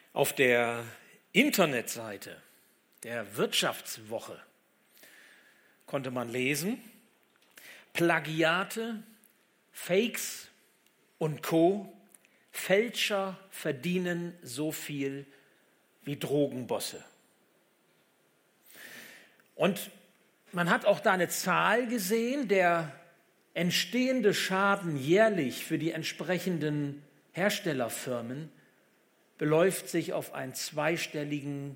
Auf der Internetseite der Wirtschaftswoche konnte man lesen, Plagiate, Fakes und Co. Fälscher verdienen so viel wie Drogenbosse. Und man hat auch da eine Zahl gesehen, der entstehende Schaden jährlich für die entsprechenden Herstellerfirmen beläuft sich auf einen zweistelligen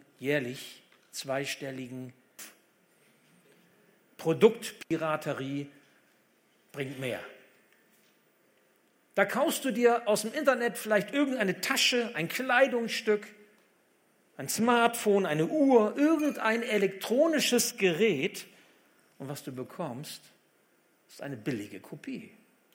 Produktpiraterie bringt mehr. Da kaufst du dir aus dem Internet vielleicht irgendeine Tasche, ein Kleidungsstück, ein Smartphone, eine Uhr, irgendein elektronisches Gerät und was du bekommst, ist eine billige Kopie.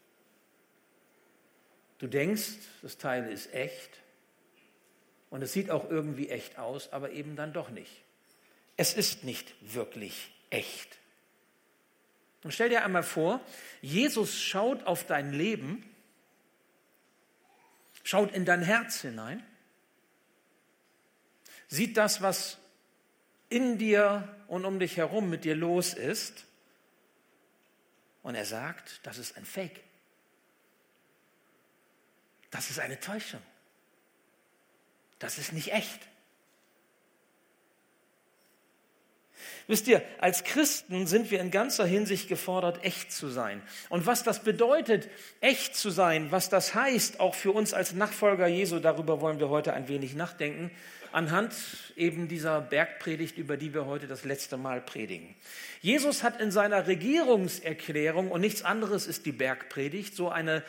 Du denkst, das Teil ist echt und es sieht auch irgendwie echt aus, aber eben dann doch nicht. Es ist nicht wirklich echt. Und stell dir einmal vor, Jesus schaut auf dein Leben, schaut in dein Herz hinein, sieht das, was in dir und um dich herum mit dir los ist und er sagt, das ist ein Fake. Das ist eine Täuschung. Das ist nicht echt. Wisst ihr, als Christen sind wir in ganzer Hinsicht gefordert, echt zu sein. Und was das bedeutet, echt zu sein, was das heißt, auch für uns als Nachfolger Jesu, darüber wollen wir heute ein wenig nachdenken, anhand eben dieser Bergpredigt, über die wir heute das letzte Mal predigen. Jesus hat in seiner Regierungserklärung, und nichts anderes ist die Bergpredigt, so eine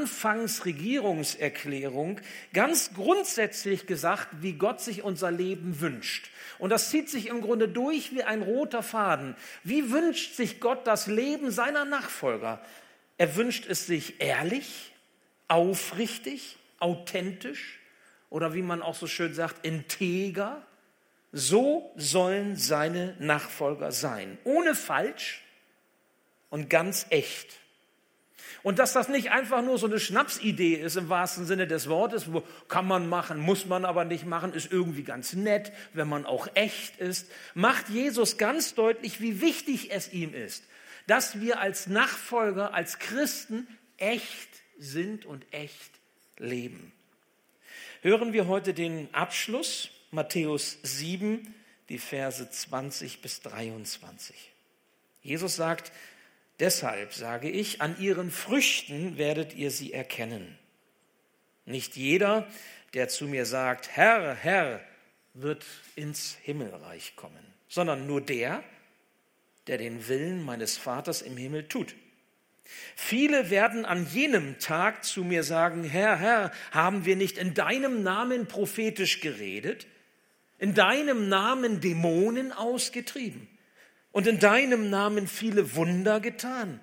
Anfangsregierungserklärung, ganz grundsätzlich gesagt, wie Gott sich unser Leben wünscht. Und das zieht sich im Grunde durch wie ein roter Faden. Wie wünscht sich Gott das Leben seiner Nachfolger? Er wünscht es sich ehrlich, aufrichtig, authentisch oder wie man auch so schön sagt, integer. So sollen seine Nachfolger sein. Ohne falsch und ganz echt. Und dass das nicht einfach nur so eine Schnapsidee ist im wahrsten Sinne des Wortes, wo kann man machen, muss man aber nicht machen, ist irgendwie ganz nett, wenn man auch echt ist, macht Jesus ganz deutlich, wie wichtig es ihm ist, dass wir als Nachfolger, als Christen echt sind und echt leben. Hören wir heute den Abschluss, Matthäus 7, die Verse 20 bis 23. Jesus sagt, deshalb sage ich, an ihren Früchten werdet ihr sie erkennen. Nicht jeder, der zu mir sagt, Herr, Herr, wird ins Himmelreich kommen, sondern nur der, der den Willen meines Vaters im Himmel tut. Viele werden an jenem Tag zu mir sagen, Herr, Herr, haben wir nicht in deinem Namen prophetisch geredet, in deinem Namen Dämonen ausgetrieben und in deinem Namen viele Wunder getan?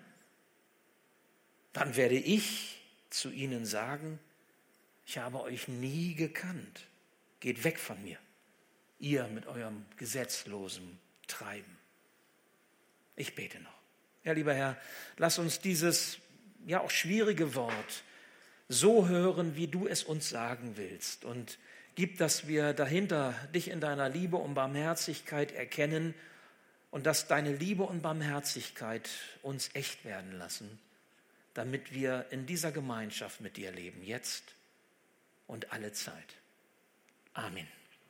Dann werde ich zu ihnen sagen, ich habe euch nie gekannt. Geht weg von mir, ihr mit eurem gesetzlosen Treiben. Ich bete noch. Ja, lieber Herr, lass uns dieses ja auch schwierige Wort so hören, wie du es uns sagen willst. Und gib, dass wir dahinter dich in deiner Liebe und Barmherzigkeit erkennen und dass deine Liebe und Barmherzigkeit uns echt werden lassen, damit wir in dieser Gemeinschaft mit dir leben, jetzt und alle Zeit. Amen.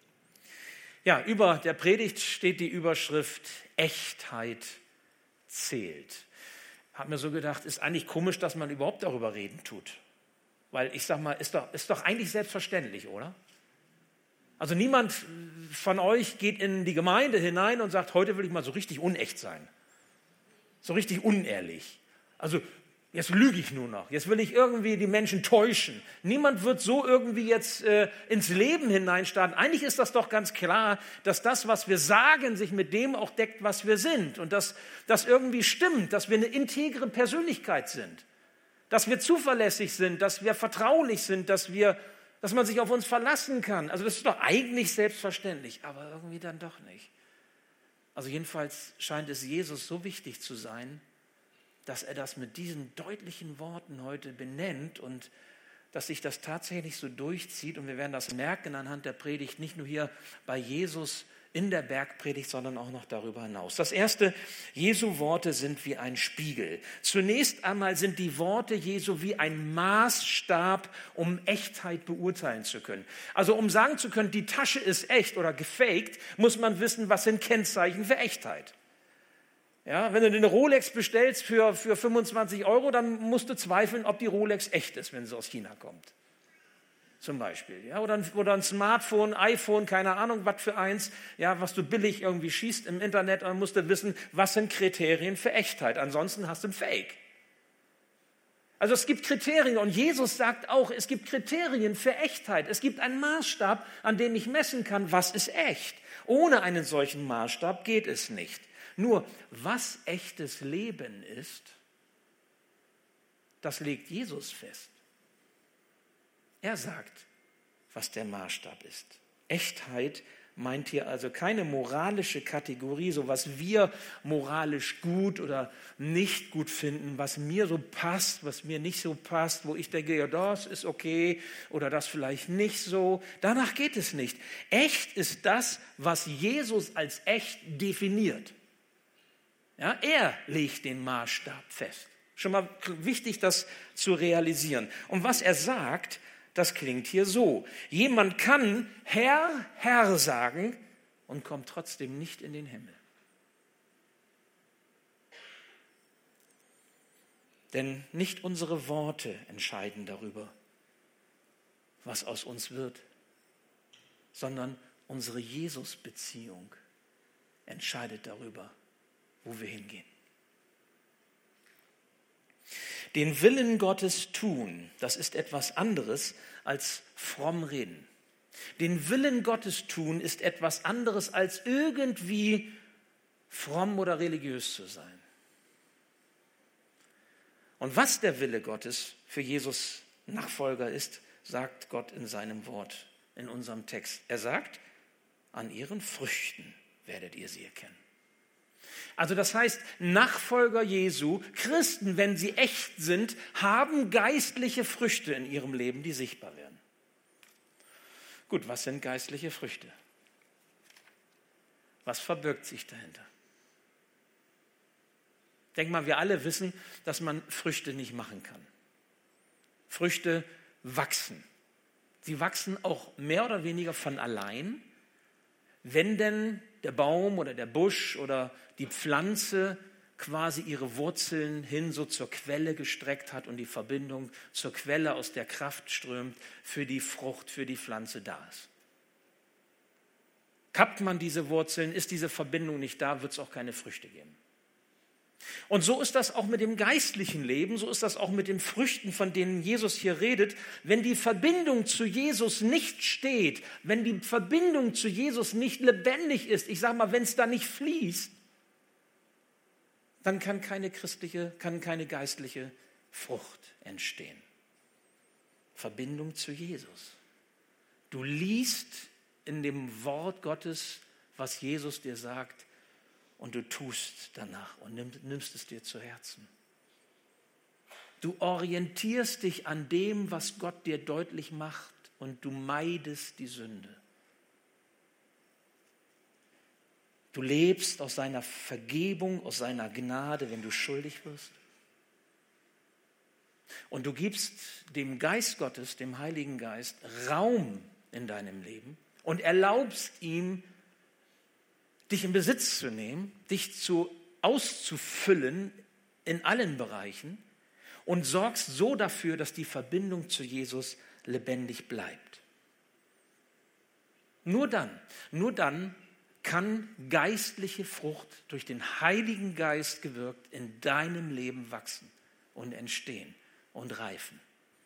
Ja, über der Predigt steht die Überschrift Echtheit zählt. Hab mir so gedacht, ist eigentlich komisch, dass man überhaupt darüber reden tut. Weil ich sag mal, ist doch eigentlich selbstverständlich, oder? Also niemand von euch geht in die Gemeinde hinein und sagt, heute will ich mal so richtig unecht sein. So richtig unehrlich. Also jetzt lüge ich nur noch. Jetzt will ich irgendwie die Menschen täuschen. Niemand wird so irgendwie jetzt ins Leben hineinstarten. Eigentlich ist das doch ganz klar, dass das, was wir sagen, sich mit dem auch deckt, was wir sind. Und dass das irgendwie stimmt, dass wir eine integre Persönlichkeit sind. Dass wir zuverlässig sind, dass wir vertraulich sind, dass man sich auf uns verlassen kann. Also das ist doch eigentlich selbstverständlich, aber irgendwie dann doch nicht. Also jedenfalls scheint es Jesus so wichtig zu sein, dass er das mit diesen deutlichen Worten heute benennt und dass sich das tatsächlich so durchzieht. Und wir werden das merken anhand der Predigt, nicht nur hier bei Jesus in der Bergpredigt, sondern auch noch darüber hinaus. Das erste, Jesu Worte sind wie ein Spiegel. Zunächst einmal sind die Worte Jesu wie ein Maßstab, um Echtheit beurteilen zu können. Also um sagen zu können, die Tasche ist echt oder gefaked, muss man wissen, was sind Kennzeichen für Echtheit. Ja, wenn du eine Rolex bestellst für 25 €, dann musst du zweifeln, ob die Rolex echt ist, wenn sie aus China kommt. Zum Beispiel. Ja, oder ein Smartphone, iPhone, keine Ahnung, was für eins, ja, was du billig irgendwie schießt im Internet, dann musst du wissen, was sind Kriterien für Echtheit. Ansonsten hast du ein Fake. Also es gibt Kriterien und Jesus sagt auch, es gibt Kriterien für Echtheit. Es gibt einen Maßstab, an dem ich messen kann, was ist echt. Ohne einen solchen Maßstab geht es nicht. Nur, was echtes Leben ist, das legt Jesus fest. Er sagt, was der Maßstab ist. Echtheit meint hier also keine moralische Kategorie, so was wir moralisch gut oder nicht gut finden, was mir so passt, was mir nicht so passt, wo ich denke, ja, das ist okay oder das vielleicht nicht so. Danach geht es nicht. Echt ist das, was Jesus als echt definiert. Ja, er legt den Maßstab fest. Schon mal wichtig, das zu realisieren. Und was er sagt, das klingt hier so. Jemand kann Herr, Herr sagen und kommt trotzdem nicht in den Himmel. Denn nicht unsere Worte entscheiden darüber, was aus uns wird, sondern unsere Jesus-Beziehung entscheidet darüber, wo wir hingehen. Den Willen Gottes tun, das ist etwas anderes als fromm reden. Den Willen Gottes tun ist etwas anderes als irgendwie fromm oder religiös zu sein. Und was der Wille Gottes für Jesus Nachfolger ist, sagt Gott in seinem Wort, in unserem Text. Er sagt, an ihren Früchten werdet ihr sie erkennen. Also das heißt, Nachfolger Jesu, Christen, wenn sie echt sind, haben geistliche Früchte in ihrem Leben, die sichtbar werden. Gut, was sind geistliche Früchte? Was verbirgt sich dahinter? Ich denke mal, wir alle wissen, dass man Früchte nicht machen kann. Früchte wachsen. Sie wachsen auch mehr oder weniger von allein, wenn denn der Baum oder der Busch oder die Pflanze quasi ihre Wurzeln hin so zur Quelle gestreckt hat und die Verbindung zur Quelle, aus der Kraft strömt, für die Frucht, für die Pflanze da ist. Kappt man diese Wurzeln, ist diese Verbindung nicht da, wird es auch keine Früchte geben. Und so ist das auch mit dem geistlichen Leben, so ist das auch mit den Früchten, von denen Jesus hier redet. Wenn die Verbindung zu Jesus nicht steht, wenn die Verbindung zu Jesus nicht lebendig ist, ich sage mal, wenn es da nicht fließt, dann kann keine geistliche Frucht entstehen. Verbindung zu Jesus. Du liest in dem Wort Gottes, was Jesus dir sagt, und du tust danach und nimmst es dir zu Herzen. Du orientierst dich an dem, was Gott dir deutlich macht, und du meidest die Sünde. Du lebst aus seiner Vergebung, aus seiner Gnade, wenn du schuldig wirst. Und du gibst dem Geist Gottes, dem Heiligen Geist, Raum in deinem Leben und erlaubst ihm, dich in Besitz zu nehmen, dich auszufüllen in allen Bereichen und sorgst so dafür, dass die Verbindung zu Jesus lebendig bleibt. Nur dann kann geistliche Frucht durch den Heiligen Geist gewirkt in deinem Leben wachsen und entstehen und reifen.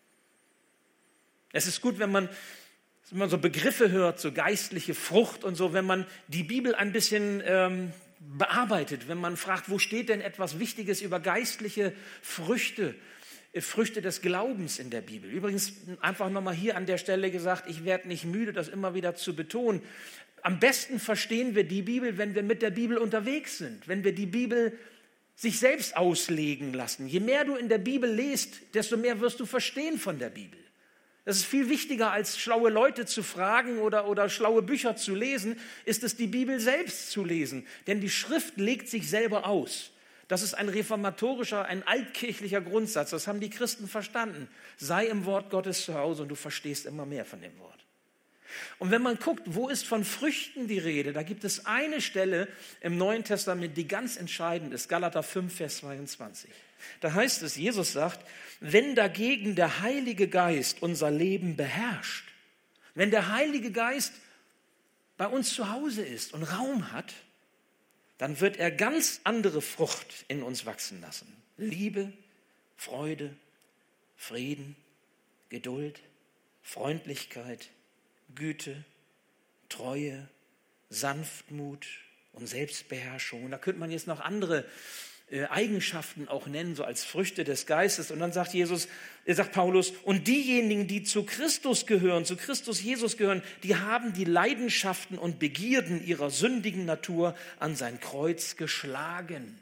Es ist gut, wenn man so Begriffe hört, so geistliche Frucht und so, wenn man die Bibel ein bisschen bearbeitet, wenn man fragt, wo steht denn etwas Wichtiges über geistliche Früchte, Früchte des Glaubens in der Bibel. Übrigens einfach nochmal hier an der Stelle gesagt, ich werde nicht müde, das immer wieder zu betonen. Am besten verstehen wir die Bibel, wenn wir mit der Bibel unterwegs sind, wenn wir die Bibel sich selbst auslegen lassen. Je mehr du in der Bibel liest, desto mehr wirst du verstehen von der Bibel. Es ist viel wichtiger, als schlaue Leute zu fragen oder schlaue Bücher zu lesen, ist es, die Bibel selbst zu lesen. Denn die Schrift legt sich selber aus. Das ist ein reformatorischer, ein altkirchlicher Grundsatz. Das haben die Christen verstanden. Sei im Wort Gottes zu Hause und du verstehst immer mehr von dem Wort. Und wenn man guckt, wo ist von Früchten die Rede, da gibt es eine Stelle im Neuen Testament, die ganz entscheidend ist. Galater 5, Vers 22. Da heißt es, Jesus sagt, wenn dagegen der Heilige Geist unser Leben beherrscht, wenn der Heilige Geist bei uns zu Hause ist und Raum hat, dann wird er ganz andere Frucht in uns wachsen lassen. Liebe, Freude, Frieden, Geduld, Freundlichkeit, Güte, Treue, Sanftmut und Selbstbeherrschung. Und da könnte man jetzt noch andere Eigenschaften auch nennen, so als Früchte des Geistes. Und dann sagt Paulus, und diejenigen, die zu Christus gehören, zu Christus Jesus gehören, die haben die Leidenschaften und Begierden ihrer sündigen Natur an sein Kreuz geschlagen,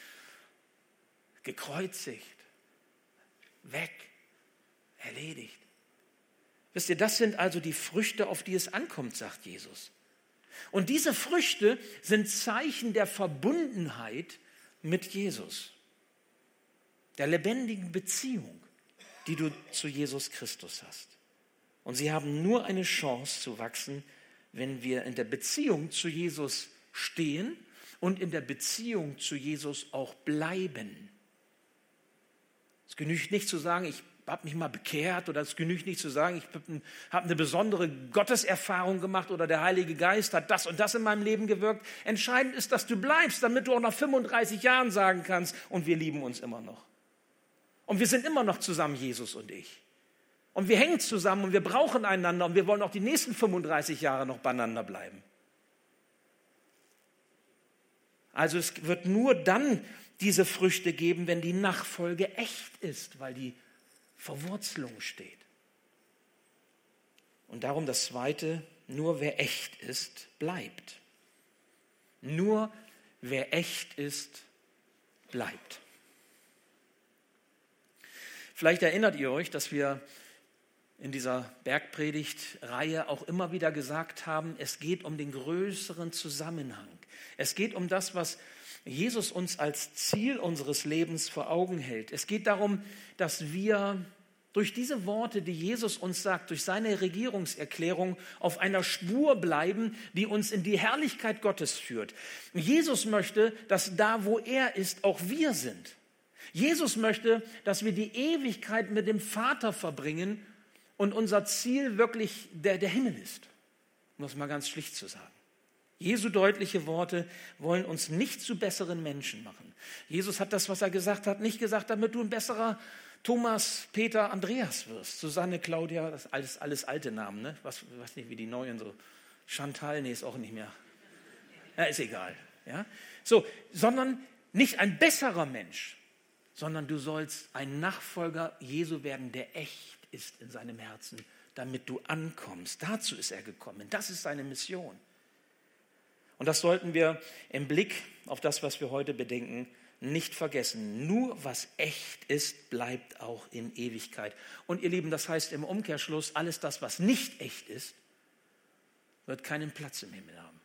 gekreuzigt, weg, erledigt. Wisst ihr, das sind also die Früchte, auf die es ankommt, sagt Jesus. Und diese Früchte sind Zeichen der Verbundenheit mit Jesus, der lebendigen Beziehung, die du zu Jesus Christus hast. Und sie haben nur eine Chance zu wachsen, wenn wir in der Beziehung zu Jesus stehen und in der Beziehung zu Jesus auch bleiben. Es genügt nicht zu sagen, ich habe mich mal bekehrt, oder es genügt nicht zu sagen, ich habe eine besondere Gotteserfahrung gemacht oder der Heilige Geist hat das und das in meinem Leben gewirkt. Entscheidend ist, dass du bleibst, damit du auch nach 35 Jahren sagen kannst, und wir lieben uns immer noch. Und wir sind immer noch zusammen, Jesus und ich. Und wir hängen zusammen und wir brauchen einander und wir wollen auch die nächsten 35 Jahre noch beieinander bleiben. Also es wird nur dann diese Früchte geben, wenn die Nachfolge echt ist, weil die Verwurzelung steht. Und darum das Zweite, nur wer echt ist, bleibt. Nur wer echt ist, bleibt. Vielleicht erinnert ihr euch, dass wir in dieser Bergpredigt-Reihe auch immer wieder gesagt haben, es geht um den größeren Zusammenhang. Es geht um das, was Jesus uns als Ziel unseres Lebens vor Augen hält. Es geht darum, dass wir durch diese Worte, die Jesus uns sagt, durch seine Regierungserklärung auf einer Spur bleiben, die uns in die Herrlichkeit Gottes führt. Jesus möchte, dass da, wo er ist, auch wir sind. Jesus möchte, dass wir die Ewigkeit mit dem Vater verbringen und unser Ziel wirklich der Himmel ist, um das mal ganz schlicht zu sagen. Jesu deutliche Worte wollen uns nicht zu besseren Menschen machen. Jesus hat das, was er gesagt hat, nicht gesagt, damit du ein besserer Thomas, Peter, Andreas wirst. Susanne, Claudia, das alles alte Namen, ne? Weiß nicht, wie die neuen so. Chantal, nee, ist auch nicht mehr. Ja, ist egal. Ja? So, sondern nicht ein besserer Mensch, sondern du sollst ein Nachfolger Jesu werden, der echt ist in seinem Herzen, damit du ankommst. Dazu ist er gekommen. Das ist seine Mission. Und das sollten wir im Blick auf das, was wir heute bedenken, nicht vergessen. Nur was echt ist, bleibt auch in Ewigkeit. Und ihr Lieben, das heißt im Umkehrschluss, alles das, was nicht echt ist, wird keinen Platz im Himmel haben.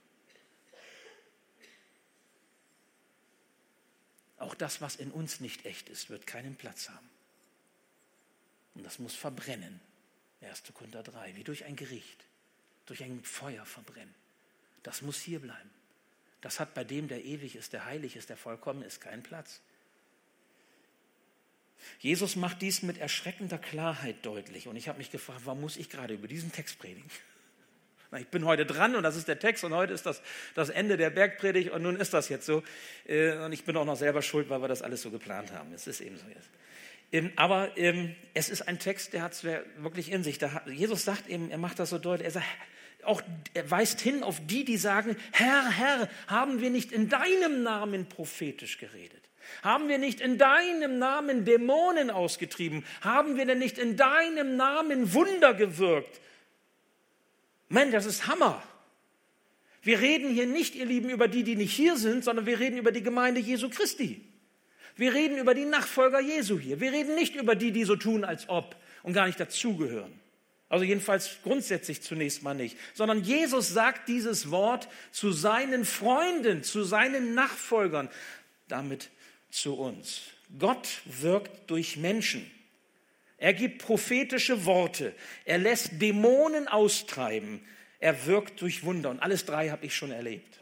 Auch das, was in uns nicht echt ist, wird keinen Platz haben. Und das muss verbrennen. 1. Korinther 3, wie durch ein Gericht, durch ein Feuer verbrennen. Das muss hier bleiben. Das hat bei dem, der ewig ist, der heilig ist, der vollkommen ist, keinen Platz. Jesus macht dies mit erschreckender Klarheit deutlich. Und ich habe mich gefragt, warum muss ich gerade über diesen Text predigen? Ich bin heute dran und das ist der Text und heute ist das Ende der Bergpredigt und nun ist das jetzt so. Und ich bin auch noch selber schuld, weil wir das alles so geplant haben. Es ist eben so jetzt. Aber es ist ein Text, der hat es wirklich in sich. Jesus sagt eben, er macht das so deutlich, er sagt, er weist hin auf die sagen, Herr, Herr, haben wir nicht in deinem Namen prophetisch geredet? Haben wir nicht in deinem Namen Dämonen ausgetrieben? Haben wir denn nicht in deinem Namen Wunder gewirkt? Mann, das ist Hammer. Wir reden hier nicht, ihr Lieben, über die nicht hier sind, sondern wir reden über die Gemeinde Jesu Christi. Wir reden über die Nachfolger Jesu hier. Wir reden nicht über die so tun, als ob und gar nicht dazugehören. Also jedenfalls grundsätzlich zunächst mal nicht. Sondern Jesus sagt dieses Wort zu seinen Freunden, zu seinen Nachfolgern, damit zu uns. Gott wirkt durch Menschen. Er gibt prophetische Worte. Er lässt Dämonen austreiben. Er wirkt durch Wunder. Und alles drei habe ich schon erlebt.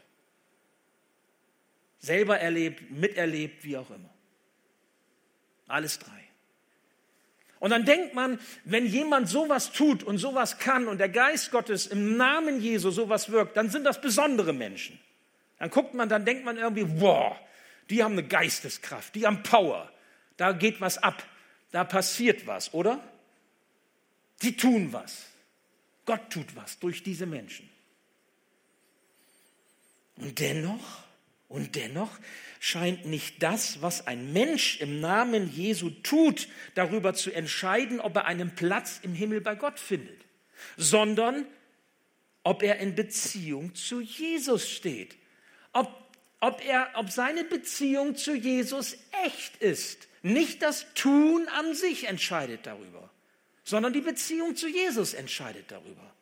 Selber erlebt, miterlebt, wie auch immer. Alles drei. Und dann denkt man, wenn jemand sowas tut und sowas kann und der Geist Gottes im Namen Jesu sowas wirkt, dann sind das besondere Menschen. Dann denkt man irgendwie, wow, die haben eine Geisteskraft, die haben Power, da geht was ab, da passiert was, oder? Die tun was. Gott tut was durch diese Menschen. Und dennoch scheint nicht das, was ein Mensch im Namen Jesu tut, darüber zu entscheiden, ob er einen Platz im Himmel bei Gott findet, sondern ob er in Beziehung zu Jesus steht, ob seine Beziehung zu Jesus echt ist. Nicht das Tun an sich entscheidet darüber, sondern die Beziehung zu Jesus entscheidet darüber.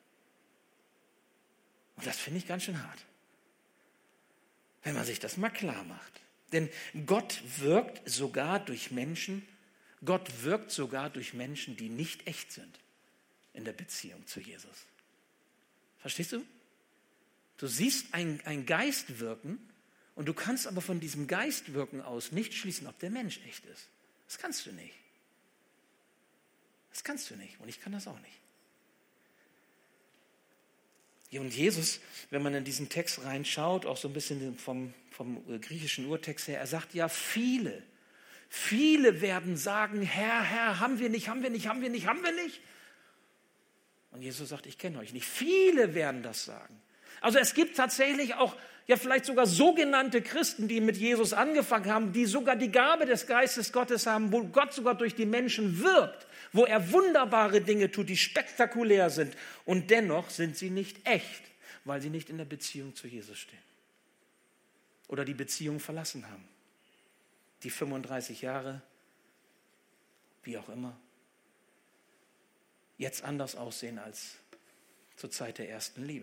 Und das finde ich ganz schön hart, wenn man sich das mal klar macht. Denn Gott wirkt sogar durch Menschen, die nicht echt sind in der Beziehung zu Jesus. Verstehst du? Du siehst einen Geist wirken und du kannst aber von diesem Geistwirken aus nicht schließen, ob der Mensch echt ist. Das kannst du nicht. Das kannst du nicht und ich kann das auch nicht. Ja, und Jesus, wenn man in diesen Text reinschaut, auch so ein bisschen vom griechischen Urtext her, er sagt ja, viele werden sagen, Herr, haben wir nicht. Und Jesus sagt, ich kenne euch nicht. Viele werden das sagen. Also es gibt tatsächlich auch, ja vielleicht sogar sogenannte Christen, die mit Jesus angefangen haben, die sogar die Gabe des Geistes Gottes haben, wo Gott sogar durch die Menschen wirkt, wo er wunderbare Dinge tut, die spektakulär sind. Und dennoch sind sie nicht echt, weil sie nicht in der Beziehung zu Jesus stehen. Oder die Beziehung verlassen haben. Die 35 Jahre, wie auch immer, jetzt anders aussehen als zur Zeit der ersten Liebe.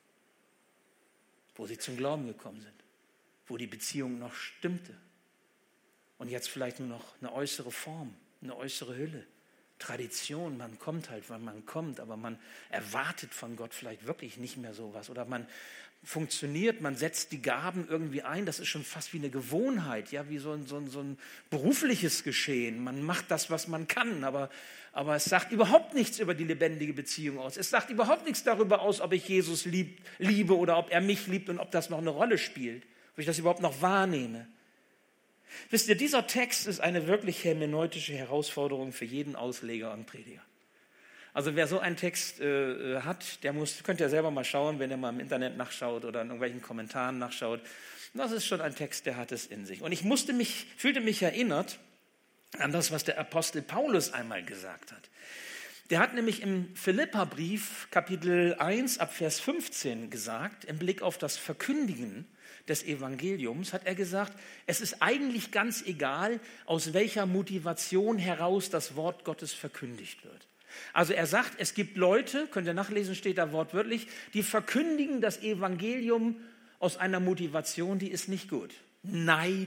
Wo sie zum Glauben gekommen sind. Wo die Beziehung noch stimmte. Und jetzt vielleicht nur noch eine äußere Form, eine äußere Hülle. Tradition, man kommt halt, wann man kommt, aber man erwartet von Gott vielleicht wirklich nicht mehr sowas. Oder man funktioniert, man setzt die Gaben irgendwie ein, das ist schon fast wie eine Gewohnheit, ja, wie so ein berufliches Geschehen. Man macht das, was man kann, aber es sagt überhaupt nichts über die lebendige Beziehung aus. Es sagt überhaupt nichts darüber aus, ob ich Jesus liebe oder ob er mich liebt und ob das noch eine Rolle spielt, ob ich das überhaupt noch wahrnehme. Wisst ihr, dieser Text ist eine wirklich hermeneutische Herausforderung für jeden Ausleger und Prediger. Also wer so einen Text hat, könnt ihr selber mal schauen, wenn ihr mal im Internet nachschaut oder in irgendwelchen Kommentaren nachschaut. Das ist schon ein Text, der hat es in sich. Und ich fühlte mich erinnert an das, was der Apostel Paulus einmal gesagt hat. Der hat nämlich im Philipperbrief Kapitel 1 ab Vers 15 gesagt, im Blick auf das Verkündigen des Evangeliums, hat er gesagt, es ist eigentlich ganz egal, aus welcher Motivation heraus das Wort Gottes verkündigt wird. Also er sagt, es gibt Leute, könnt ihr nachlesen, steht da wortwörtlich, die verkündigen das Evangelium aus einer Motivation, die ist nicht gut. Neid,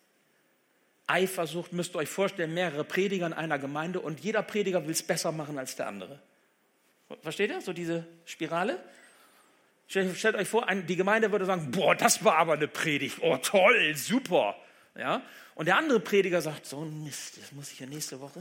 Eifersucht, müsst ihr euch vorstellen, mehrere Prediger in einer Gemeinde und jeder Prediger will es besser machen als der andere. Versteht ihr, so diese Spirale? Stellt euch vor, die Gemeinde würde sagen, boah, das war aber eine Predigt, oh toll, super. Ja? Und der andere Prediger sagt, so ein Mist, das muss ich ja nächste Woche,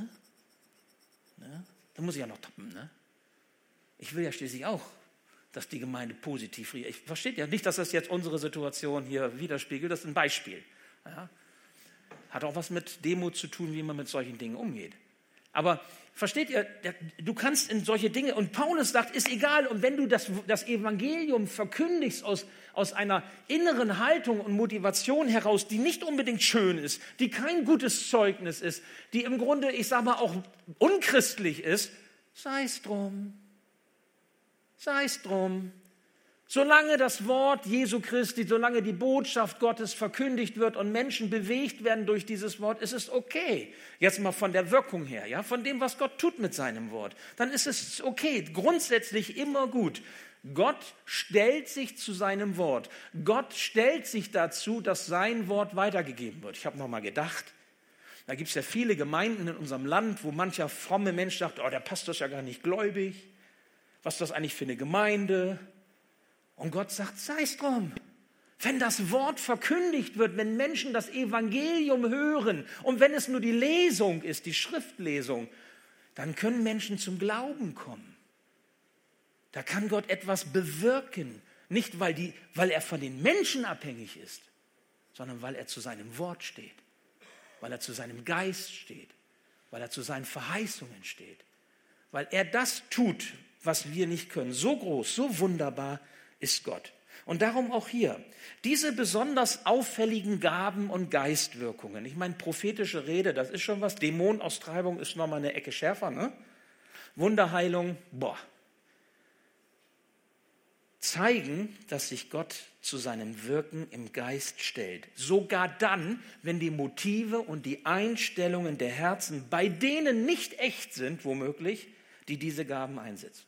ne? Da muss ich ja noch toppen. Ne? Ich will ja schließlich auch, dass die Gemeinde positiv reagiert. Versteht ja nicht, dass das jetzt unsere Situation hier widerspiegelt, das ist ein Beispiel. Ja? Hat auch was mit Demut zu tun, wie man mit solchen Dingen umgeht. Aber versteht ihr, du kannst in solche Dinge, und Paulus sagt, ist egal, und wenn du das Evangelium verkündigst aus einer inneren Haltung und Motivation heraus, die nicht unbedingt schön ist, die kein gutes Zeugnis ist, die im Grunde, ich sage mal, auch unchristlich ist, sei es drum. Solange das Wort Jesu Christi, solange die Botschaft Gottes verkündigt wird und Menschen bewegt werden durch dieses Wort, ist es okay. Jetzt mal von der Wirkung her, ja, von dem, was Gott tut mit seinem Wort. Dann ist es okay, grundsätzlich immer gut. Gott stellt sich zu seinem Wort. Gott stellt sich dazu, dass sein Wort weitergegeben wird. Ich habe noch mal gedacht, da gibt es ja viele Gemeinden in unserem Land, wo mancher fromme Mensch sagt, oh, der Pastor ist ja gar nicht gläubig. Was ist das eigentlich für eine Gemeinde? Und Gott sagt, sei es drum. Wenn das Wort verkündigt wird, wenn Menschen das Evangelium hören und wenn es nur die Lesung ist, die Schriftlesung, dann können Menschen zum Glauben kommen. Da kann Gott etwas bewirken. Nicht, weil er von den Menschen abhängig ist, sondern weil er zu seinem Wort steht, weil er zu seinem Geist steht, weil er zu seinen Verheißungen steht, weil er das tut, was wir nicht können. So groß, so wunderbar ist Gott. Und darum auch hier, diese besonders auffälligen Gaben und Geistwirkungen. Ich meine, prophetische Rede, das ist schon was. Dämonenaustreibung ist nochmal eine Ecke schärfer, ne? Wunderheilung, zeigen, dass sich Gott zu seinem Wirken im Geist stellt. Sogar dann, wenn die Motive und die Einstellungen der Herzen bei denen nicht echt sind, womöglich, die diese Gaben einsetzen.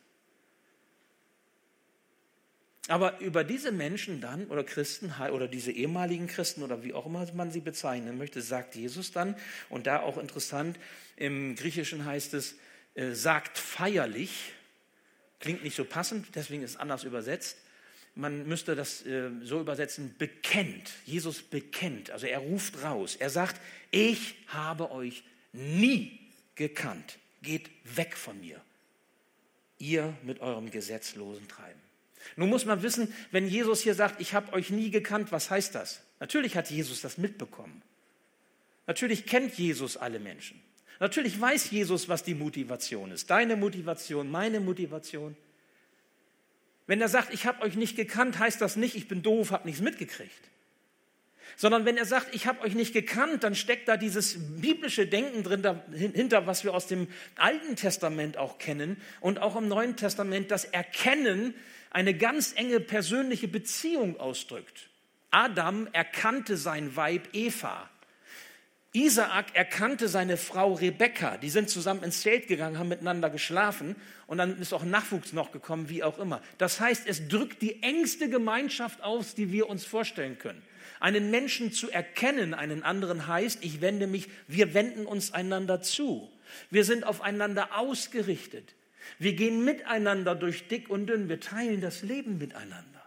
Aber über diese Menschen dann oder Christen oder diese ehemaligen Christen oder wie auch immer man sie bezeichnen möchte, sagt Jesus dann, und da auch interessant, im Griechischen heißt es, sagt feierlich, klingt nicht so passend, deswegen ist es anders übersetzt. Man müsste das so übersetzen, bekennt. Jesus bekennt, also er ruft raus. Er sagt, ich habe euch nie gekannt. Geht weg von mir, ihr mit eurem gesetzlosen Treiben. Nun muss man wissen, wenn Jesus hier sagt, ich habe euch nie gekannt, was heißt das? Natürlich hat Jesus das mitbekommen. Natürlich kennt Jesus alle Menschen. Natürlich weiß Jesus, was die Motivation ist. Deine Motivation, meine Motivation. Wenn er sagt, ich habe euch nicht gekannt, heißt das nicht, ich bin doof, habe nichts mitgekriegt. Sondern wenn er sagt, ich habe euch nicht gekannt, dann steckt da dieses biblische Denken drin dahinter, was wir aus dem Alten Testament auch kennen und auch im Neuen Testament, das Erkennen eine ganz enge persönliche Beziehung ausdrückt. Adam erkannte sein Weib Eva. Isaak erkannte seine Frau Rebekka. Die sind zusammen ins Zelt gegangen, haben miteinander geschlafen und dann ist auch Nachwuchs noch gekommen, wie auch immer. Das heißt, es drückt die engste Gemeinschaft aus, die wir uns vorstellen können. Einen Menschen zu erkennen, einen anderen heißt, wir wenden uns einander zu. Wir sind aufeinander ausgerichtet. Wir gehen miteinander durch dick und dünn. Wir teilen das Leben miteinander.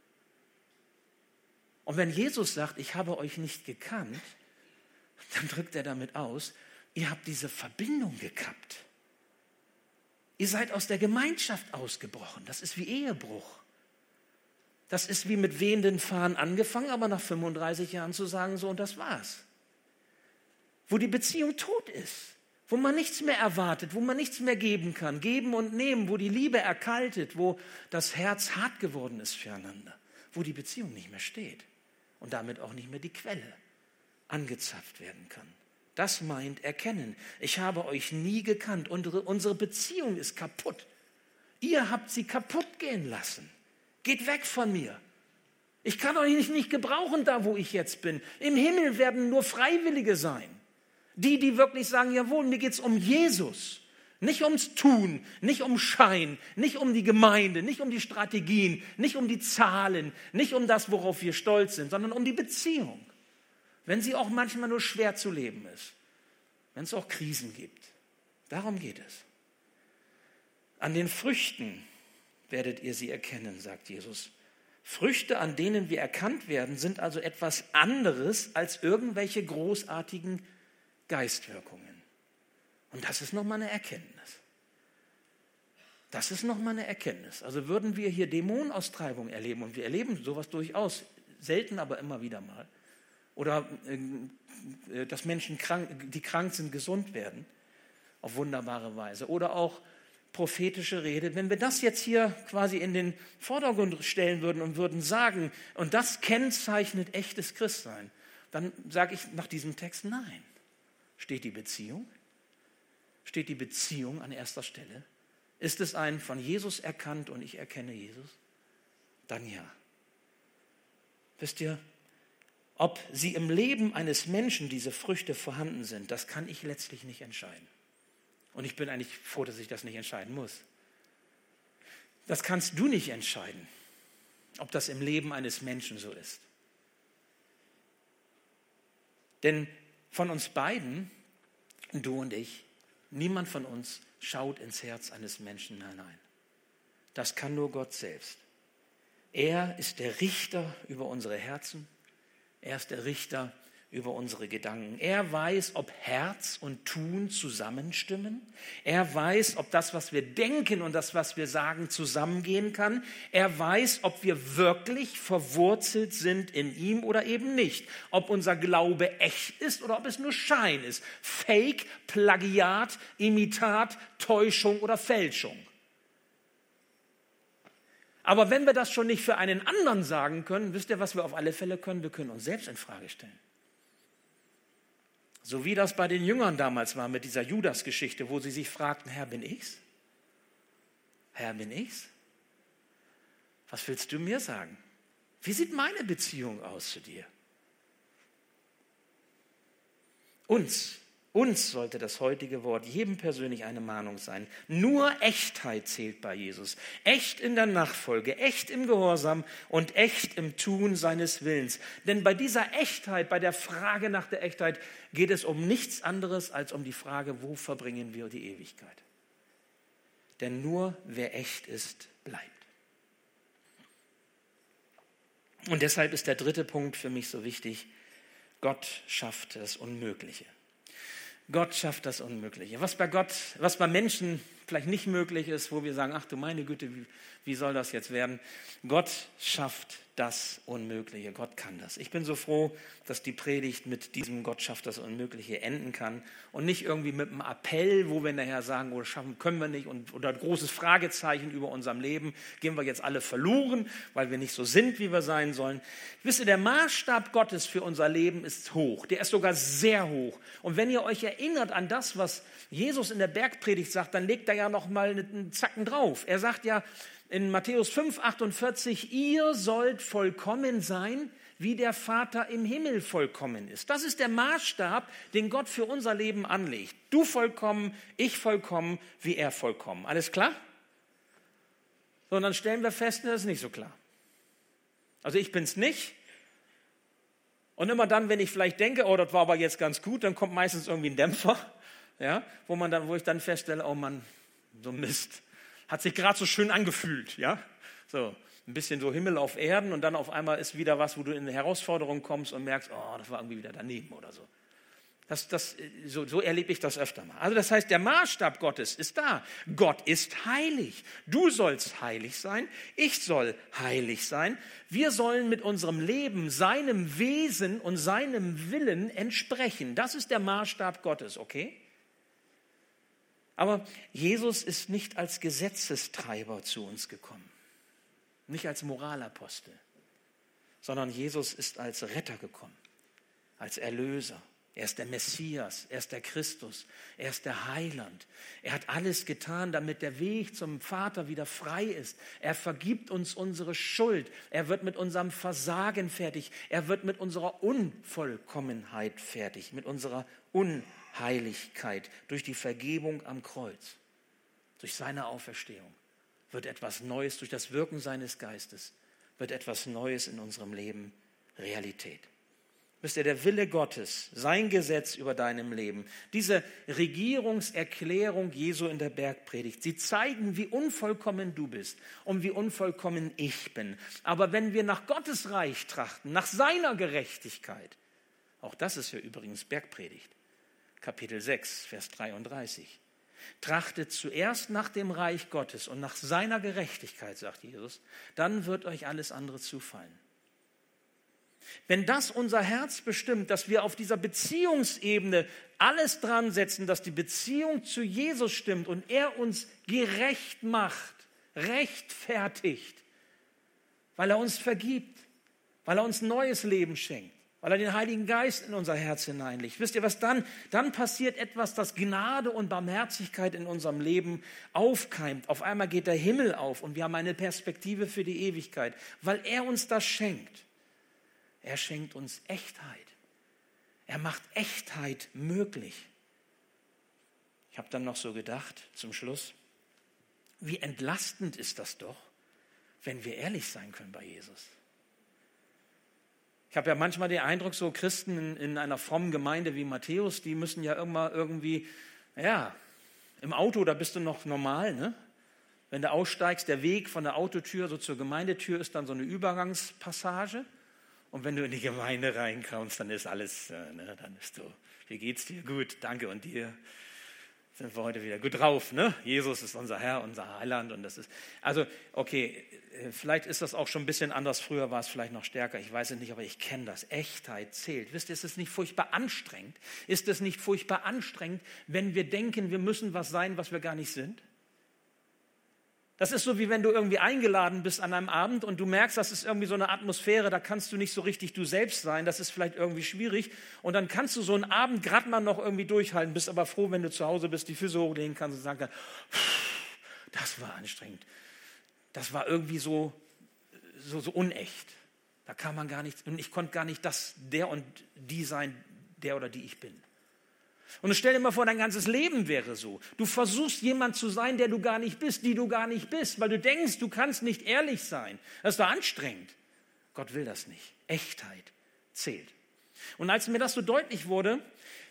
Und wenn Jesus sagt, ich habe euch nicht gekannt, dann drückt er damit aus, ihr habt diese Verbindung gekappt. Ihr seid aus der Gemeinschaft ausgebrochen. Das ist wie Ehebruch. Das ist wie mit wehenden Fahnen angefangen, aber nach 35 Jahren zu sagen, so und das war's. Wo die Beziehung tot ist, wo man nichts mehr erwartet, wo man nichts mehr geben kann, geben und nehmen, wo die Liebe erkaltet, wo das Herz hart geworden ist füreinander, wo die Beziehung nicht mehr steht und damit auch nicht mehr die Quelle angezapft werden kann. Das meint erkennen. Ich habe euch nie gekannt. Unsere Beziehung ist kaputt. Ihr habt sie kaputt gehen lassen. Geht weg von mir. Ich kann euch nicht gebrauchen, da wo ich jetzt bin. Im Himmel werden nur Freiwillige sein. Die wirklich sagen, jawohl, mir geht es um Jesus. Nicht ums Tun, nicht um Schein, nicht um die Gemeinde, nicht um die Strategien, nicht um die Zahlen, nicht um das, worauf wir stolz sind, sondern um die Beziehung. Wenn sie auch manchmal nur schwer zu leben ist. Wenn es auch Krisen gibt. Darum geht es. An den Früchten werdet ihr sie erkennen, sagt Jesus. Früchte, an denen wir erkannt werden, sind also etwas anderes als irgendwelche großartigen Geistwirkungen. Und das ist nochmal eine Erkenntnis. Das ist nochmal eine Erkenntnis. Also würden wir hier Dämonenaustreibung erleben, und wir erleben sowas durchaus, selten, aber immer wieder mal. Oder dass Menschen, die krank sind, gesund werden, auf wunderbare Weise. Oder auch prophetische Rede. Wenn wir das jetzt hier quasi in den Vordergrund stellen würden und würden sagen, und das kennzeichnet echtes Christsein, dann sage ich nach diesem Text, nein. Steht die Beziehung? Steht die Beziehung an erster Stelle? Ist es ein von Jesus erkannt und ich erkenne Jesus? dann ja. Wisst ihr, ob sie im Leben eines Menschen, diese Früchte vorhanden sind, das kann ich letztlich nicht entscheiden. Und ich bin eigentlich froh, dass ich das nicht entscheiden muss. Das kannst du nicht entscheiden, ob das im Leben eines Menschen so ist. Denn von uns beiden, du und ich, niemand von uns schaut ins Herz eines Menschen hinein. Das kann nur Gott selbst. Er ist der Richter über unsere Herzen. Er ist der Richter über unsere Gedanken. Er weiß, ob Herz und Tun zusammenstimmen. Er weiß, ob das, was wir denken und das, was wir sagen, zusammengehen kann. Er weiß, ob wir wirklich verwurzelt sind in ihm oder eben nicht. Ob unser Glaube echt ist oder ob es nur Schein ist. Fake, Plagiat, Imitat, Täuschung oder Fälschung. Aber wenn wir das schon nicht für einen anderen sagen können, wisst ihr, was wir auf alle Fälle können? Wir können uns selbst in Frage stellen. So wie das bei den Jüngern damals war mit dieser Judas-Geschichte, wo sie sich fragten, Herr, bin ich's? Herr, bin ich's? Was willst du mir sagen? Wie sieht meine Beziehung aus zu dir? Uns sollte das heutige Wort jedem persönlich eine Mahnung sein. Nur Echtheit zählt bei Jesus. Echt in der Nachfolge, echt im Gehorsam und echt im Tun seines Willens. Denn bei dieser Echtheit, bei der Frage nach der Echtheit, geht es um nichts anderes als um die Frage, wo verbringen wir die Ewigkeit? Denn nur wer echt ist, bleibt. Und deshalb ist der dritte Punkt für mich so wichtig. Gott schafft das Unmögliche. Gott schafft das Unmögliche. Was bei Menschen vielleicht nicht möglich ist, wo wir sagen, ach du meine Güte, wie soll das jetzt werden? Gott schafft das Unmögliche. Gott kann das. Ich bin so froh, dass die Predigt mit diesem Gott schafft das Unmögliche enden kann und nicht irgendwie mit einem Appell, wo wir nachher sagen, oh, schaffen können wir nicht oder ein großes Fragezeichen über unserem Leben. Gehen wir jetzt alle verloren, weil wir nicht so sind, wie wir sein sollen. Wisst ihr, der Maßstab Gottes für unser Leben ist hoch. Der ist sogar sehr hoch. Und wenn ihr euch erinnert an das, was Jesus in der Bergpredigt sagt, dann legt er ja noch mal einen Zacken drauf. Er sagt ja in Matthäus 5,48, ihr sollt vollkommen sein, wie der Vater im Himmel vollkommen ist. Das ist der Maßstab, den Gott für unser Leben anlegt. Du vollkommen, ich vollkommen, wie er vollkommen. Alles klar? So, und dann stellen wir fest, das ist nicht so klar. Also ich bin's nicht. Und immer dann, wenn ich vielleicht denke, oh, das war aber jetzt ganz gut, dann kommt meistens irgendwie ein Dämpfer, ja, wo ich dann feststelle, oh Mann, so Mist. Hat sich gerade so schön angefühlt, ja, so ein bisschen so Himmel auf Erden und dann auf einmal ist wieder was, wo du in eine Herausforderung kommst und merkst, oh, das war irgendwie wieder daneben oder so. So erlebe ich das öfter mal. Also das heißt, der Maßstab Gottes ist da. Gott ist heilig. Du sollst heilig sein. Ich soll heilig sein. Wir sollen mit unserem Leben seinem Wesen und seinem Willen entsprechen. Das ist der Maßstab Gottes, okay? Aber Jesus ist nicht als Gesetzestreiber zu uns gekommen, nicht als Moralapostel, sondern Jesus ist als Retter gekommen, als Erlöser. Er ist der Messias, er ist der Christus, er ist der Heiland. Er hat alles getan, damit der Weg zum Vater wieder frei ist. Er vergibt uns unsere Schuld. Er wird mit unserem Versagen fertig. Er wird mit unserer Unvollkommenheit fertig, mit unserer Unheiligkeit. Durch die Vergebung am Kreuz, durch seine Auferstehung wird etwas Neues, durch das Wirken seines Geistes, wird etwas Neues in unserem Leben Realität. Wisst ihr, der Wille Gottes, sein Gesetz über deinem Leben, diese Regierungserklärung Jesu in der Bergpredigt, sie zeigen, wie unvollkommen du bist und wie unvollkommen ich bin. Aber wenn wir nach Gottes Reich trachten, nach seiner Gerechtigkeit, auch das ist ja übrigens Bergpredigt, Kapitel 6, Vers 33, trachtet zuerst nach dem Reich Gottes und nach seiner Gerechtigkeit, sagt Jesus, dann wird euch alles andere zufallen. Wenn das unser Herz bestimmt, dass wir auf dieser Beziehungsebene alles dran setzen, dass die Beziehung zu Jesus stimmt und er uns gerecht macht, rechtfertigt, weil er uns vergibt, weil er uns neues Leben schenkt, weil er den Heiligen Geist in unser Herz hineinlegt. Wisst ihr, was dann? Dann passiert etwas, dass Gnade und Barmherzigkeit in unserem Leben aufkeimt. Auf einmal geht der Himmel auf und wir haben eine Perspektive für die Ewigkeit, weil er uns das schenkt. Er schenkt uns Echtheit. Er macht Echtheit möglich. Ich habe dann noch so gedacht, zum Schluss, wie entlastend ist das doch, wenn wir ehrlich sein können bei Jesus. Ich habe ja manchmal den Eindruck, so Christen in einer frommen Gemeinde wie Matthäus, die müssen ja immer irgendwie, ja, im Auto, da bist du noch normal, ne? Wenn du aussteigst, der Weg von der Autotür so zur Gemeindetür ist dann so eine Übergangspassage. Und wenn du in die Gemeinde reinkommst, dann ist alles, dann bist du, wie geht's dir? Gut, danke, und dir? Sind wir heute wieder gut drauf, ne? Jesus ist unser Herr, unser Heiland, und das ist, also, okay, vielleicht ist das auch schon ein bisschen anders, früher war es vielleicht noch stärker, ich weiß es nicht, aber ich kenne das, Echtheit zählt. Wisst ihr, ist es nicht furchtbar anstrengend? Ist es nicht furchtbar anstrengend, wenn wir denken, wir müssen was sein, was wir gar nicht sind? Das ist so, wie wenn du irgendwie eingeladen bist an einem Abend und du merkst, das ist irgendwie so eine Atmosphäre, da kannst du nicht so richtig du selbst sein, das ist vielleicht irgendwie schwierig. Und dann kannst du so einen Abend gerade mal noch irgendwie durchhalten, bist aber froh, wenn du zu Hause bist, die Füße hochlegen kannst und sagen, das war anstrengend. Das war irgendwie so unecht. Da kann man gar nicht, und ich konnte gar nicht der und die sein, der oder die ich bin. Und stell dir mal vor, dein ganzes Leben wäre so. Du versuchst, jemand zu sein, der du gar nicht bist, die du gar nicht bist, weil du denkst, du kannst nicht ehrlich sein. Das ist doch anstrengend. Gott will das nicht. Echtheit zählt. Und als mir das so deutlich wurde,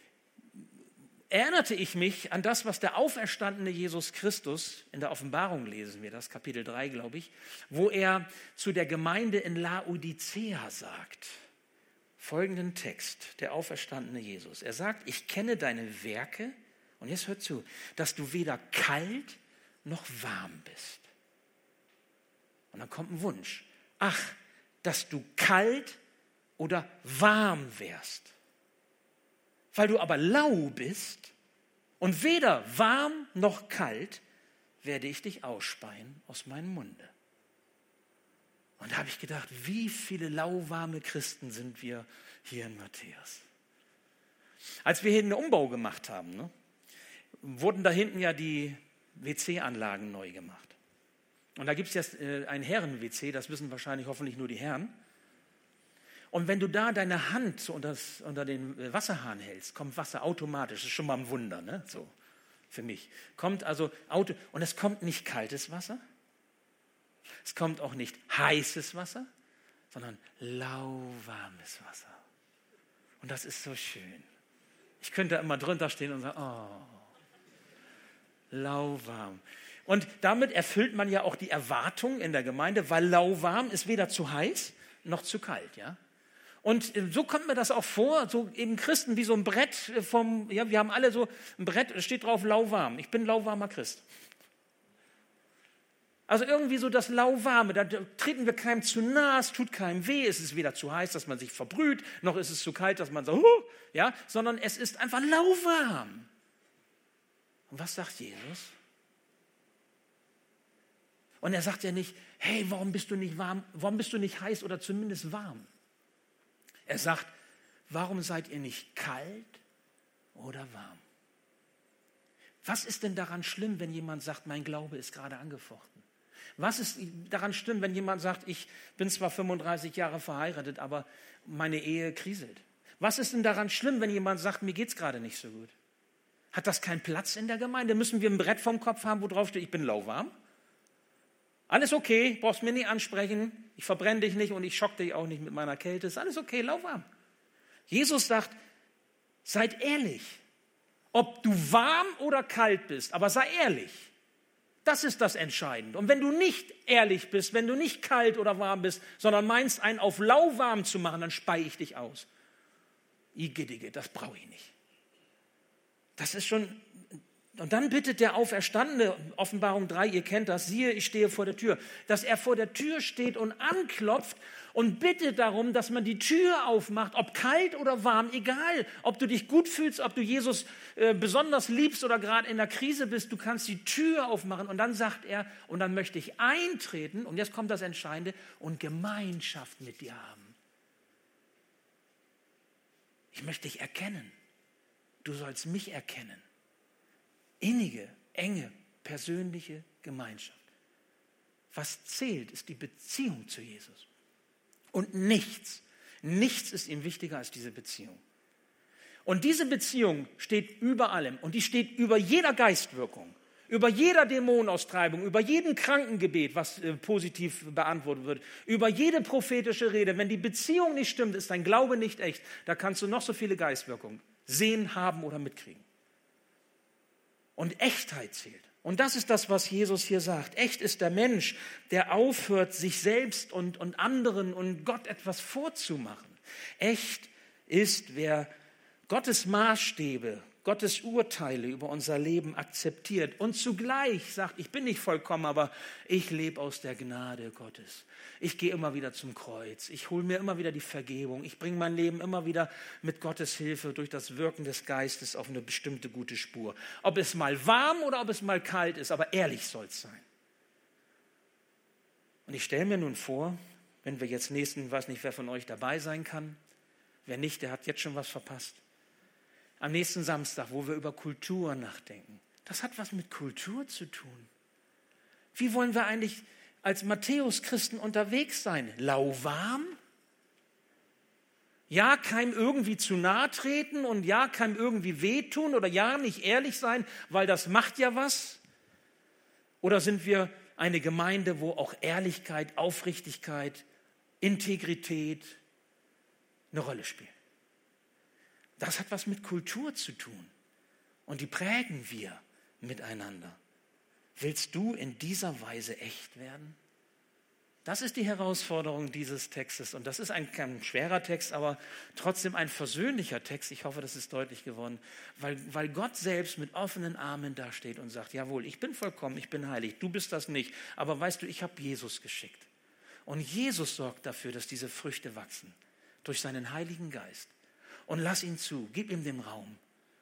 erinnerte ich mich an das, was der auferstandene Jesus Christus, in der Offenbarung lesen wir das, Kapitel 3, glaube ich, wo er zu der Gemeinde in Laodicea sagt. Folgenden Text, der auferstandene Jesus. Er sagt, ich kenne deine Werke, und jetzt hört zu, dass du weder kalt noch warm bist. Und dann kommt ein Wunsch. Ach, dass du kalt oder warm wärst. Weil du aber lau bist und weder warm noch kalt, werde ich dich ausspeien aus meinem Munde. Und da habe ich gedacht, wie viele lauwarme Christen sind wir hier in Matthäus. Als wir hier einen Umbau gemacht haben, ne, wurden da hinten ja die WC-Anlagen neu gemacht. Und da gibt es jetzt ein Herren-WC, das wissen wahrscheinlich hoffentlich nur die Herren. Und wenn du da deine Hand so unter den Wasserhahn hältst, kommt Wasser automatisch. Das ist schon mal ein Wunder, ne? So für mich. Und es kommt nicht kaltes Wasser. Es kommt auch nicht heißes Wasser, sondern lauwarmes Wasser. Und das ist so schön. Ich könnte immer drunter stehen und sagen, oh, lauwarm. Und damit erfüllt man ja auch die Erwartung in der Gemeinde, weil lauwarm ist weder zu heiß noch zu kalt, ja. Und so kommt mir das auch vor, so eben Christen wie so ein Brett wir haben alle so ein Brett, es steht drauf lauwarm. Ich bin lauwarmer Christ. Also irgendwie so das Lauwarme, da treten wir keinem zu nahe, es tut keinem weh, es ist weder zu heiß, dass man sich verbrüht, noch ist es zu kalt, dass man so, ja, sondern es ist einfach lauwarm. Und was sagt Jesus? Und er sagt ja nicht, hey, warum bist du nicht warm, warum bist du nicht heiß oder zumindest warm? Er sagt, warum seid ihr nicht kalt oder warm? Was ist denn daran schlimm, wenn jemand sagt, mein Glaube ist gerade angefochten? Was ist daran schlimm, wenn jemand sagt, ich bin zwar 35 Jahre verheiratet, aber meine Ehe kriselt? Was ist denn daran schlimm, wenn jemand sagt, mir geht es gerade nicht so gut? Hat das keinen Platz in der Gemeinde? Müssen wir ein Brett vom Kopf haben, wo drauf steht, ich bin lauwarm? Alles okay, brauchst mir nicht ansprechen, ich verbrenne dich nicht und ich schock dich auch nicht mit meiner Kälte, ist alles okay, lauwarm. Jesus sagt, seid ehrlich, ob du warm oder kalt bist, aber sei ehrlich. Das ist das Entscheidende. Und wenn du nicht ehrlich bist, wenn du nicht kalt oder warm bist, sondern meinst, einen auf lauwarm zu machen, dann spei ich dich aus. Igidige, das brauche ich nicht. Das ist schon. Und dann bittet der Auferstandene, Offenbarung 3, ihr kennt das, siehe, ich stehe vor der Tür, dass er vor der Tür steht und anklopft und bittet darum, dass man die Tür aufmacht, ob kalt oder warm, egal, ob du dich gut fühlst, ob du Jesus besonders liebst oder gerade in der Krise bist, du kannst die Tür aufmachen. Und dann sagt er, und dann möchte ich eintreten, und jetzt kommt das Entscheidende, und Gemeinschaft mit dir haben. Ich möchte dich erkennen. Du sollst mich erkennen. Innige, enge, persönliche Gemeinschaft. Was zählt, ist die Beziehung zu Jesus. Und nichts ist ihm wichtiger als diese Beziehung. Und diese Beziehung steht über allem und die steht über jeder Geistwirkung, über jeder Dämonenaustreibung, über jedem Krankengebet, was positiv beantwortet wird, über jede prophetische Rede. Wenn die Beziehung nicht stimmt, ist dein Glaube nicht echt. Da kannst du noch so viele Geistwirkungen sehen, haben oder mitkriegen. Und Echtheit zählt. Und das ist das, was Jesus hier sagt. Echt ist der Mensch, der aufhört, sich selbst und anderen und Gott etwas vorzumachen. Echt ist, wer Gottes Maßstäbe, Gottes Urteile über unser Leben akzeptiert und zugleich sagt, ich bin nicht vollkommen, aber ich lebe aus der Gnade Gottes. Ich gehe immer wieder zum Kreuz. Ich hole mir immer wieder die Vergebung. Ich bringe mein Leben immer wieder mit Gottes Hilfe durch das Wirken des Geistes auf eine bestimmte gute Spur. Ob es mal warm oder ob es mal kalt ist, aber ehrlich soll es sein. Und ich stelle mir nun vor, wenn wir jetzt nächsten, weiß nicht, wer von euch dabei sein kann. Wer nicht, der hat jetzt schon was verpasst. Am nächsten Samstag, wo wir über Kultur nachdenken. Das hat was mit Kultur zu tun. Wie wollen wir eigentlich als Matthäus-Christen unterwegs sein? Lauwarm? Ja, keinem irgendwie zu nahe treten und ja, keinem irgendwie wehtun oder ja, nicht ehrlich sein, weil das macht ja was? Oder sind wir eine Gemeinde, wo auch Ehrlichkeit, Aufrichtigkeit, Integrität eine Rolle spielen? Das hat was mit Kultur zu tun und die prägen wir miteinander. Willst du in dieser Weise echt werden? Das ist die Herausforderung dieses Textes und das ist kein schwerer Text, aber trotzdem ein versöhnlicher Text. Ich hoffe, das ist deutlich geworden, weil Gott selbst mit offenen Armen dasteht und sagt, jawohl, ich bin vollkommen, ich bin heilig, du bist das nicht, aber weißt du, ich habe Jesus geschickt. Und Jesus sorgt dafür, dass diese Früchte wachsen, durch seinen Heiligen Geist. Und lass ihn zu, gib ihm den Raum.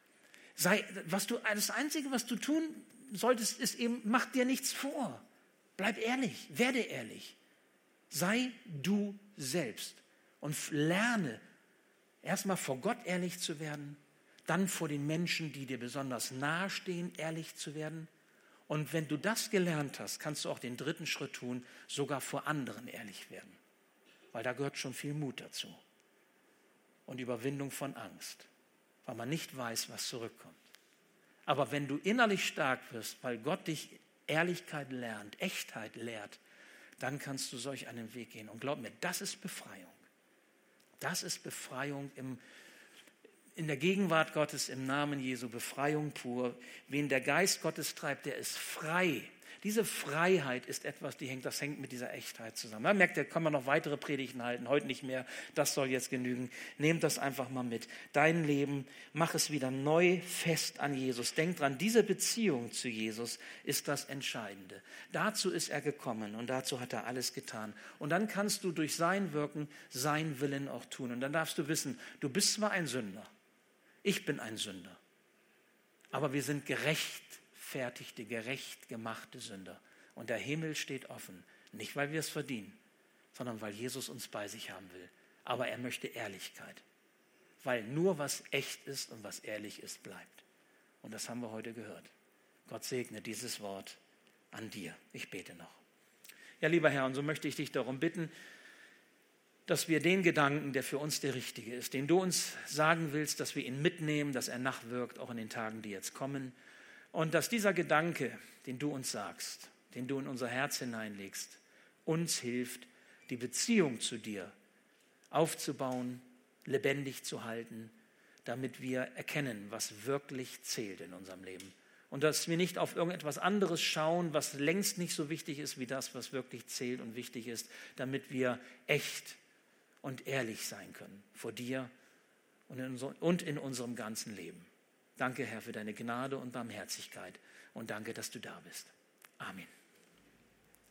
Das Einzige, was du tun solltest, ist eben, mach dir nichts vor. Bleib ehrlich, werde ehrlich. Sei du selbst und lerne erstmal vor Gott ehrlich zu werden, dann vor den Menschen, die dir besonders nahe stehen, ehrlich zu werden. Und wenn du das gelernt hast, kannst du auch den dritten Schritt tun, sogar vor anderen ehrlich werden. Weil da gehört schon viel Mut dazu. Und Überwindung von Angst, weil man nicht weiß, was zurückkommt. Aber wenn du innerlich stark wirst, weil Gott dich Ehrlichkeit lernt, Echtheit lehrt, dann kannst du solch einen Weg gehen. Und glaub mir, das ist Befreiung. Das ist Befreiung in der Gegenwart Gottes, im Namen Jesu, Befreiung pur. Wen der Geist Gottes treibt, der ist frei. Diese Freiheit ist etwas, das hängt mit dieser Echtheit zusammen. Man merkt, da kann man noch weitere Predigten halten, heute nicht mehr, das soll jetzt genügen. Nehmt das einfach mal mit. Dein Leben, mach es wieder neu fest an Jesus. Denk dran, diese Beziehung zu Jesus ist das Entscheidende. Dazu ist er gekommen und dazu hat er alles getan. Und dann kannst du durch sein Wirken, sein Willen auch tun. Und dann darfst du wissen, du bist zwar ein Sünder, ich bin ein Sünder, aber wir sind gerecht gemachte Sünder. Und der Himmel steht offen. Nicht, weil wir es verdienen, sondern weil Jesus uns bei sich haben will. Aber er möchte Ehrlichkeit. Weil nur was echt ist und was ehrlich ist, bleibt. Und das haben wir heute gehört. Gott segne dieses Wort an dir. Ich bete noch. Ja, lieber Herr, und so möchte ich dich darum bitten, dass wir den Gedanken, der für uns der richtige ist, den du uns sagen willst, dass wir ihn mitnehmen, dass er nachwirkt, auch in den Tagen, die jetzt kommen. Und dass dieser Gedanke, den du uns sagst, den du in unser Herz hineinlegst, uns hilft, die Beziehung zu dir aufzubauen, lebendig zu halten, damit wir erkennen, was wirklich zählt in unserem Leben. Und dass wir nicht auf irgendetwas anderes schauen, was längst nicht so wichtig ist wie das, was wirklich zählt und wichtig ist, damit wir echt und ehrlich sein können vor dir und in unserem ganzen Leben. Danke, Herr, für deine Gnade und Barmherzigkeit und danke, dass du da bist. Amen.